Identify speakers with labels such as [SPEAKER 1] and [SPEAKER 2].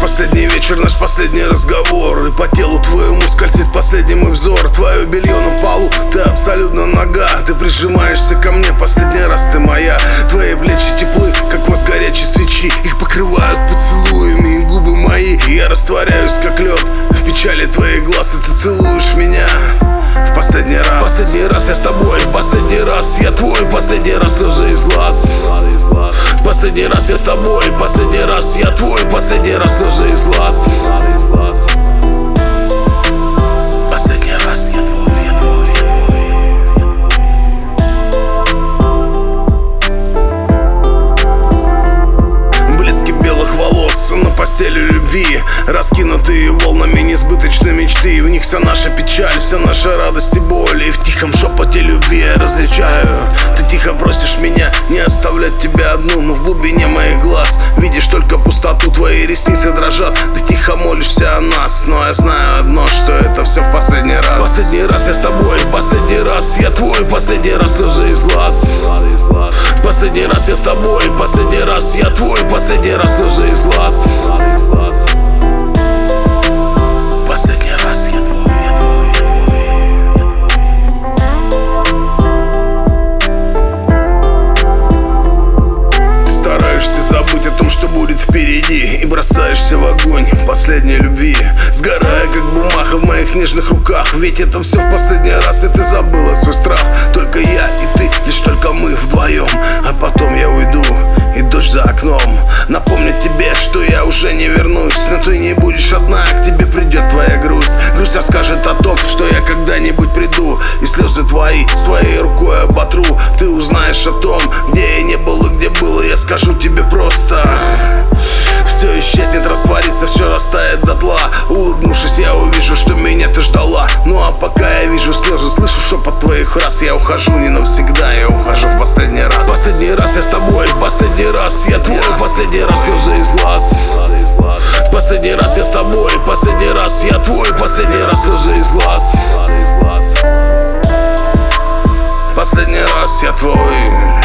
[SPEAKER 1] последний вечер, наш последний разговор. И по телу твоему скользит последний мой взор. Твое белье на полу, ты абсолютно нага. Ты прижимаешься ко мне, последний раз ты моя. Твои плечи теплы, как воз горячей свечи. Их покрывают поцелуями и губы мои. И я растворяюсь, как лед в печали твоих глаз. И ты целуешь меня в последний раз. Последний раз я с тобой, последний раз я твой. Последний раз слезы из глаз. Последний раз я с тобой, последний раз я твой. Последний раз слезы из глаз. Последний раз я твой. Блески белых волос на постели любви, раскинутые волнами несбыточной мечты. В них вся наша печаль, вся наша радость и боль. И в тихом шепоте любви я различаю. Ты тихо просишь меня не оставлять тебя одну, но в глубине моих глаз видишь только пустоту. Твои ресницы дрожат, ты тихо молишься о нас. Но я знаю одно, что это все в последний раз. Последний раз я с тобой, последний раз я твой. Последний раз слезы из глаз. Последний раз я с тобой, последний раз я твой. Последний раз слезы из глаз. Последний раз я твой. Ты стараешься забыть о том, что будет впереди, и бросаешься в огонь последней любви, сгорая как бумага в моих нежных руках. Ведь это все в последний раз, и ты забыла свой страх. Только я и ты, лишь только мы вдвоем. А потом я уйду, и дождь за окном напомнит тебе, что я уже не вернусь. Но ты не будешь одна, к тебе придет твоя грусть. Грусть расскажет о том, что я когда-нибудь приду, и слезы твои своей рукой оботру. Ты узнаешь о том, где я не был и где был, и я скажу тебе просто: все исчезнет, растворится, все растает дотла. Улыбнувшись, я увижу, что меня ты ждала. Ну а пока я вижу слезы, слышу шепот твоих фраз. Я ухожу не навсегда, я ухожу в последний раз. Последний раз я с тобой, последний раз я твой. Последний раз слезы из глаз. Последний раз я с тобой, последний раз я твой. Последний раз слезы из глаз. Последний раз я твой.